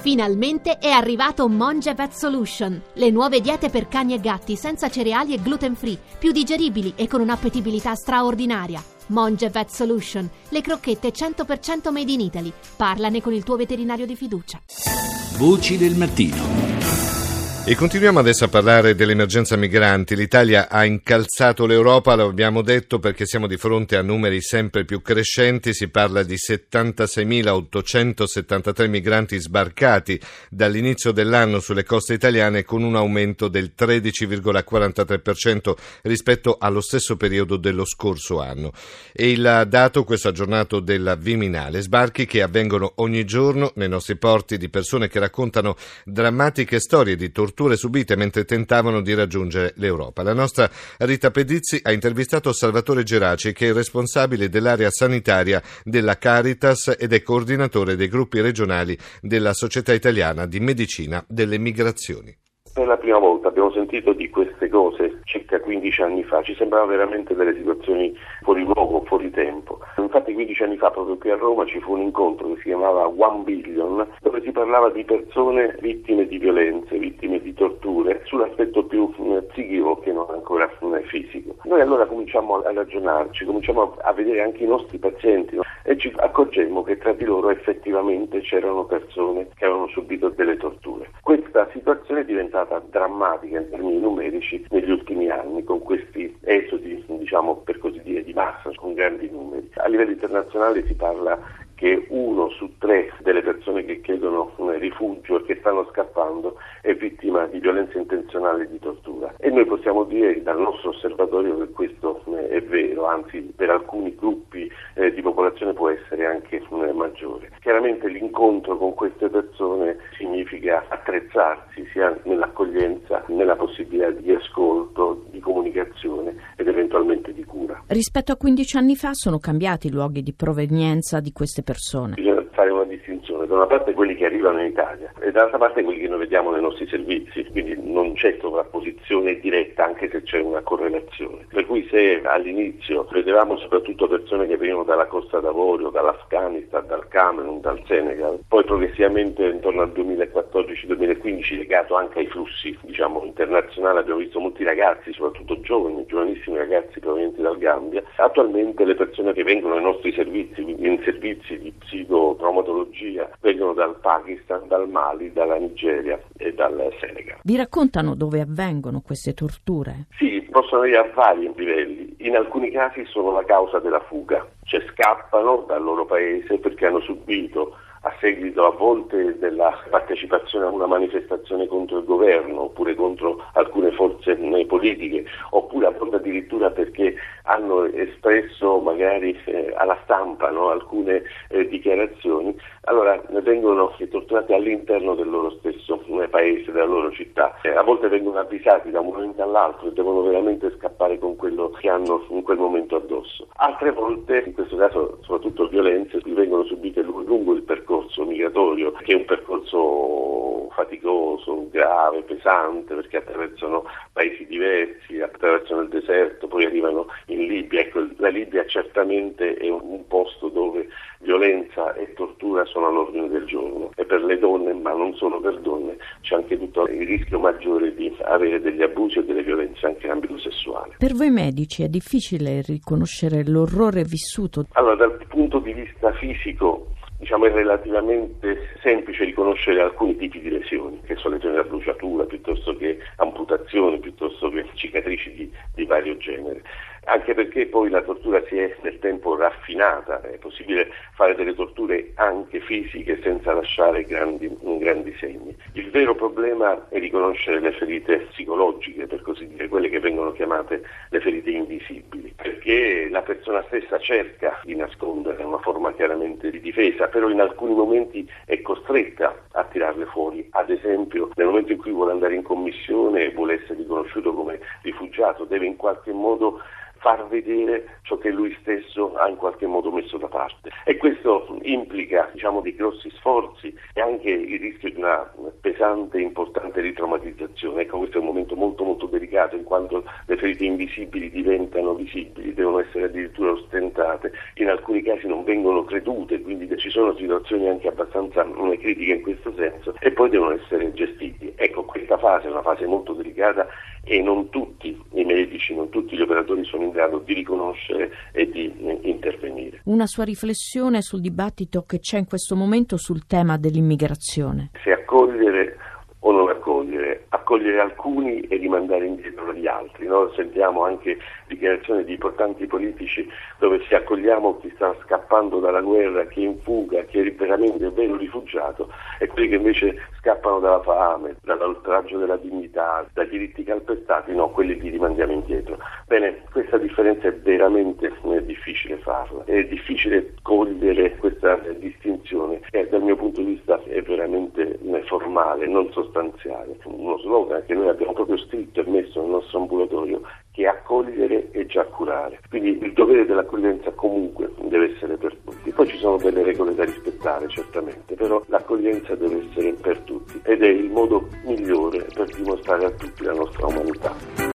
Finalmente è arrivato Monge Vet Solution, le nuove diete per cani e gatti senza cereali e gluten free, più digeribili e con un'appetibilità straordinaria. Monge Vet Solution, le crocchette 100% made in Italy. Parlane con il tuo veterinario di fiducia. Voci del mattino. E continuiamo adesso a parlare dell'emergenza migranti. L'Italia ha incalzato l'Europa, lo abbiamo detto, perché siamo di fronte a numeri sempre più crescenti. Si parla di 76.873 migranti sbarcati dall'inizio dell'anno sulle coste italiane, con un aumento del 13,43% rispetto allo stesso periodo dello scorso anno. E il dato, questo aggiornato del Viminale, sbarchi che avvengono ogni giorno nei nostri porti di persone che raccontano drammatiche storie di torture subite mentre tentavano di raggiungere l'Europa. La nostra Rita Pedizzi ha intervistato Salvatore Geraci, che è il responsabile dell'area sanitaria della Caritas ed è coordinatore dei gruppi regionali della Società Italiana di Medicina delle Migrazioni. Per la prima volta abbiamo sentito di queste cose circa 15 anni fa, ci sembrava veramente delle situazioni fuori luogo, fuori tempo. Infatti 15 anni fa proprio qui a Roma ci fu un incontro che si chiamava One Billion, dove si parlava di persone vittime di violenze, vittime di torture, sull'aspetto più psichico che non ancora fisico. Noi allora cominciamo a ragionarci, cominciamo a vedere anche i nostri pazienti, no? E ci accorgemmo che tra di loro effettivamente c'erano persone che avevano subito delle torture. Questa situazione è diventata drammatica in termini numerici negli ultimi anni, con questi esodi, diciamo per così dire, di massa, con grandi numeri. A livello internazionale si parla che 1 su 3 delle persone che chiedono rifugio e che stanno scappando è vittima di violenza intenzionale e di tortura. E noi possiamo dire dal nostro osservatorio che questo è vero, anzi per alcuni gruppi di popolazione può essere anche maggiore. Chiaramente l'incontro con queste persone significa attrezzarsi sia nell'accoglienza, nella possibilità di ascolto, di comunicazione ed eventualmente di cura. Rispetto a 15 anni fa sono cambiati i luoghi di provenienza di queste persone. Bisogna fare una distinzione, da una parte quelli che arrivano in Italia e dall'altra parte quelli che noi vediamo nei nostri servizi, quindi non c'è sovrapposizione diretta anche se c'è una correlazione. Per cui se all'inizio vedevamo soprattutto persone che venivano dalla Costa d'Avorio, dall'Afghanistan, dal Camerun, dal Senegal, poi progressivamente intorno al 2014-2015 legato anche ai flussi internazionali abbiamo visto molti ragazzi, soprattutto giovanissimi ragazzi provenienti dal Gambia. Attualmente le persone che vengono ai nostri servizi, in servizi di psicotraumatologia, vengono dal Pakistan, dal Mali, dalla Nigeria e dal Senegal. Vi raccontano dove avvengono queste torture? Sì, possono avere a vari livelli. In alcuni casi sono la causa della fuga, cioè scappano dal loro paese perché hanno subito, a seguito a volte della partecipazione a una manifestazione contro il governo oppure contro alcune forze politiche, oppure a volte addirittura perché hanno espresso magari alla stampa alcune dichiarazioni, allora vengono torturati all'interno del loro stesso paese, della loro città. A volte vengono avvisati da un momento all'altro e devono veramente scappare con quello che hanno in quel momento addosso. Altre volte, in questo caso soprattutto violenze, vengono subite lungo il percorso migratorio, che è un percorso faticoso, grave, pesante, perché attraversano paesi diversi, attraversano il deserto, poi arrivano in Libia. Ecco, la Libia certamente è un posto dove violenza e tortura sono all'ordine del giorno, e per le donne, ma non solo per donne, c'è anche tutto il rischio maggiore di avere degli abusi e delle violenze anche in ambito sessuale. Per voi medici è difficile riconoscere l'orrore vissuto? Allora, dal punto di vista fisico, è relativamente semplice riconoscere alcuni tipi di lesioni, che sono lesioni da bruciatura, piuttosto che amputazioni, piuttosto che cicatrici di vario genere. Anche perché poi la tortura si è nel tempo raffinata, è possibile fare delle torture anche fisiche senza lasciare grandi segni. Il vero problema è riconoscere le ferite psicologiche, per così dire, quelle che vengono chiamate le ferite invisibili, perché la persona stessa cerca di nascondere una forma chiaramente di difesa, però in alcuni momenti è costretta a tirarle fuori. Ad esempio, nel momento in cui vuole andare in commissione e vuole essere riconosciuto come rifugiato, deve in qualche modo far vedere ciò che lui stesso ha in qualche modo messo da parte. E questo implica, dei grossi sforzi e anche il rischio di una pesante e importante ritraumatizzazione. Ecco, questo è un momento molto molto delicato, in quanto le ferite invisibili diventano visibili, devono essere addirittura ostentate, in alcuni casi non vengono credute, quindi ci sono situazioni anche abbastanza critiche in questo senso, e poi devono essere gestiti. Ecco, questa fase è una fase molto delicata e non tutti i medici, non tutti gli operatori sono in grado di riconoscere e di intervenire. Una sua riflessione sul dibattito che c'è in questo momento sul tema dell'immigrazione. Se accogliere o non accogliere alcuni e rimandare indietro gli altri, no? Sentiamo anche dichiarazioni di importanti politici dove se accogliamo chi sta scappando dalla guerra, chi è in fuga, chi è veramente un vero rifugiato, e quelli che invece scappano dalla fame, dall'oltraggio della dignità, dai diritti calpestati, no, quelli li rimandiamo indietro. Bene, questa differenza è veramente difficile farla, è difficile cogliere questa distinzione e dal mio punto di vista è veramente formale, non sostanziale. Uno slogan che noi abbiamo proprio scritto e messo nel nostro ambulatorio, che accogliere è già curare. Quindi il dovere dell'accoglienza comunque deve essere per tutti. Poi ci sono delle regole da rispettare certamente, però l'accoglienza deve essere per tutti ed è il modo migliore per dimostrare a tutti la nostra umanità.